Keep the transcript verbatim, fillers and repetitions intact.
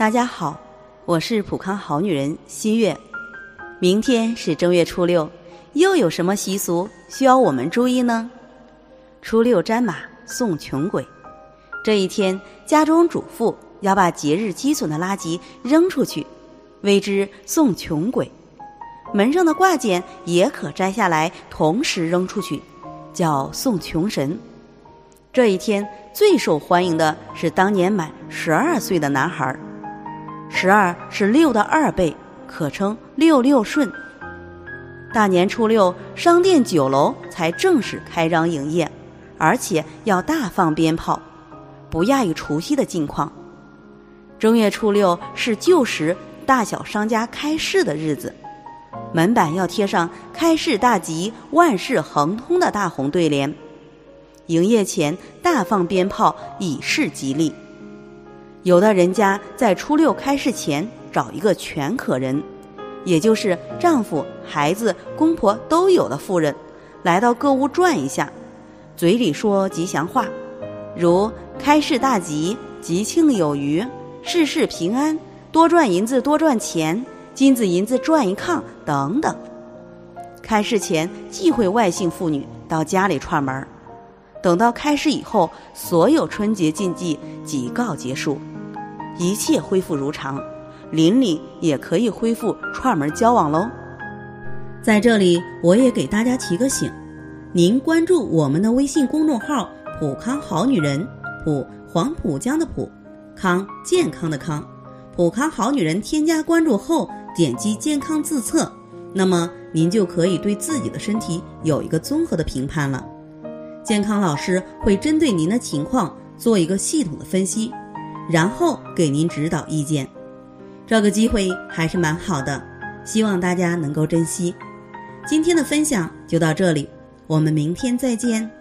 大家好，我是普康好女人新月。明天是正月初六，又有什么习俗需要我们注意呢？初六沾马送穷鬼，这一天家中主妇要把节日积损的垃圾扔出去，谓之送穷鬼。门上的挂件也可摘下来同时扔出去，叫送穷神。这一天最受欢迎的是当年满十二岁的男孩，十二是六的二倍，可称六六顺。大年初六，商店酒楼才正式开张营业，而且要大放鞭炮，不亚于除夕的境况。正月初六是旧时大小商家开市的日子，门板要贴上开市大吉，万事亨通的大红对联。营业前大放鞭炮以示吉利。有的人家在初六开市前找一个全可人，也就是丈夫、孩子、公婆都有的妇人，来到各屋转一下，嘴里说吉祥话，如开市大吉、吉庆有余、事事平安、多赚银子多赚钱、金子银子赚一炕等等。开市前忌讳外姓妇女到家里串门，等到开市以后，所有春节禁忌即告结束，一切恢复如常，邻里也可以恢复串门交往喽。在这里我也给大家提个醒，您关注我们的微信公众号普康好女人，普黄浦江的普，康健康的康，普康好女人添加关注后点击健康自测，那么您就可以对自己的身体有一个综合的评判了。健康老师会针对您的情况做一个系统的分析，然后给您指导意见。这个机会还是蛮好的，希望大家能够珍惜。今天的分享就到这里，我们明天再见。